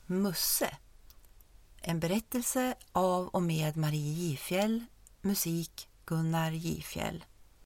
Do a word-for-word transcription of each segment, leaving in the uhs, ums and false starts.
Musse. En berättelse av och med Marie Gifjäll, musik Gunnar Gifjäll.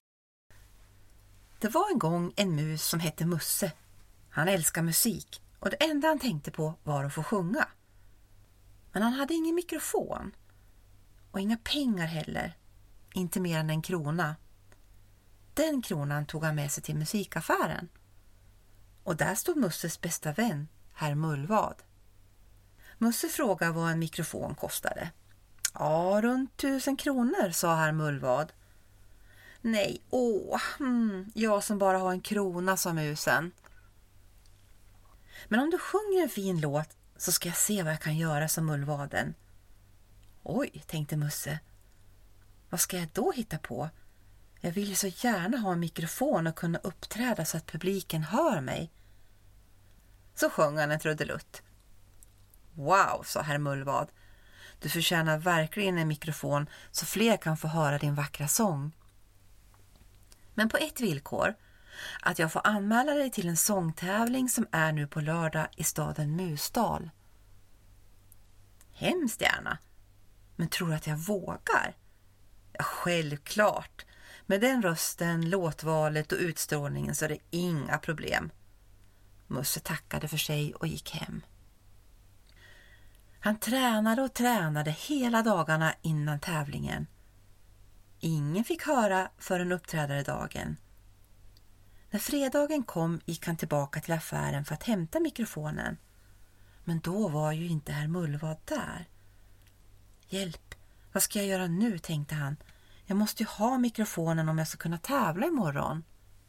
Det var en gång en mus som hette Musse. Han älskade musik och det enda han tänkte på var att få sjunga. Men han hade ingen mikrofon och inga pengar heller, inte mer än en krona. Den kronan tog han med sig till musikaffären. Och där stod Musses bästa vän, herr Mullvad. Musse frågade vad en mikrofon kostade. Ja, runt tusen kronor, sa herr Mullvad. Nej, åh, hmm, jag som bara har en krona, sa musen. Men om du sjunger en fin låt så ska jag se vad jag kan göra, sa Mullvaden. Oj, tänkte Musse. Vad ska jag då hitta på? Jag vill ju så gärna ha en mikrofon och kunna uppträda så att publiken hör mig. Så sjöng han en trudelutt. Wow, sa herr Mullvad. Du förtjänar verkligen en mikrofon så fler kan få höra din vackra sång. Men på ett villkor, att jag får anmäla dig till en sångtävling som är nu på lördag i staden Musdal. Hemskt gärna. Men tror du att jag vågar? Ja, självklart. Med den rösten, låtvalet och utstrålningen så är det inga problem. Musse tackade för sig och gick hem. Han tränade och tränade hela dagarna innan tävlingen. Ingen fick höra förrän uppträdaredagen. När fredagen kom gick han tillbaka till affären för att hämta mikrofonen. Men då var ju inte herr Mullvad där. Hjälp, vad ska jag göra nu, tänkte han. Jag måste ju ha mikrofonen om jag ska kunna tävla imorgon.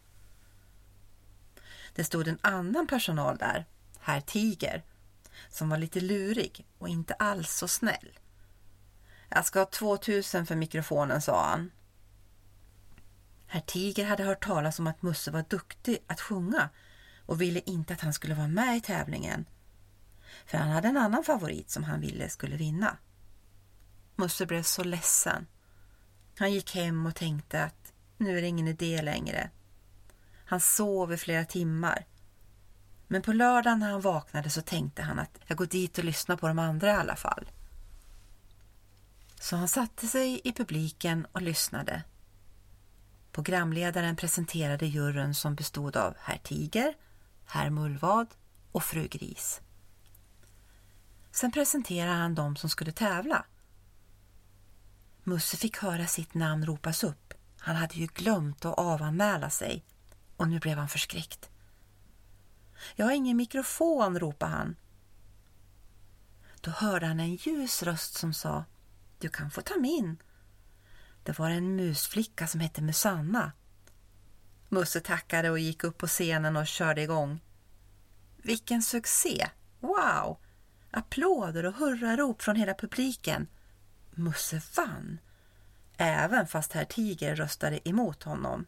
Det stod en annan personal där, herr Tiger, som var lite lurig och inte alls så snäll. Jag ska ha tvåtusen för mikrofonen, sa han. Herr Tiger hade hört talas om att Musse var duktig att sjunga och ville inte att han skulle vara med i tävlingen. För han hade en annan favorit som han ville skulle vinna. Musse blev så ledsen. Han gick hem och tänkte att nu är det ingen idé längre. Han sov i flera timmar. Men på lördagen när han vaknade så tänkte han att jag går dit och lyssnar på de andra i alla fall. Så han satte sig i publiken och lyssnade. Programledaren presenterade juryn som bestod av herr Tiger, herr Mullvad och fru Gris. Sen presenterade han dem som skulle tävla. Musse fick höra sitt namn ropas upp. Han hade ju glömt att avanmäla sig och nu blev han förskräckt. Jag har ingen mikrofon, ropade han. Då hörde han en ljus röst som sa, du kan få ta min. Det var en musflicka som hette Musanna. Musse tackade och gick upp på scenen och körde igång. Vilken succé! Wow! Applåder och hurrarop från hela publiken. Musse vann, även fast herr Tiger röstade emot honom.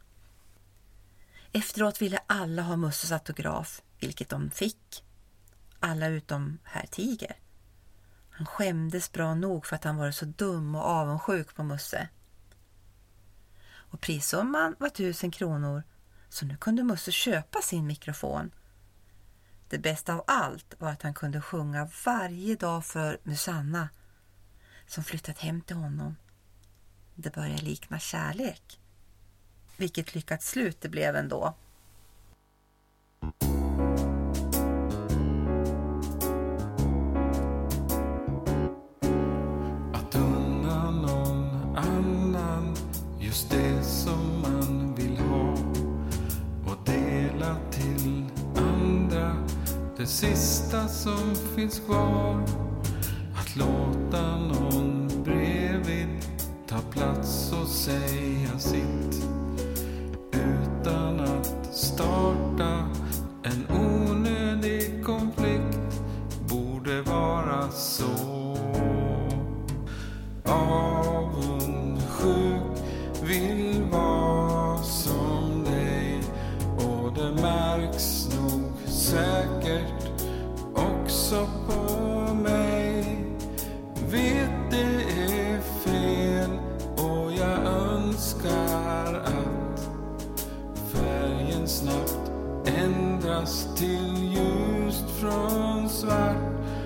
Efteråt ville alla ha Musses autograf, vilket de fick. Alla utom herr Tiger. Han skämdes bra nog för att han var så dum och avundsjuk på Musse. Och prissumman var tusen kronor, så nu kunde Musse köpa sin mikrofon. Det bästa av allt var att han kunde sjunga varje dag för Musanna, som flyttat hem till honom. Det började likna kärlek. Vilket lyckat slut det blev ändå. Att unna någon annan just det som man vill ha och dela till andra det sista som finns kvar. Att låta någon bredvid ta plats och säga sitt utan att starta en onödig konflikt borde vara så. Avundsjuk vill vara som dig och det märks nog säkert också på mig. Vet det är fel och jag önskar att färgen snabbt ändras till ljust från svart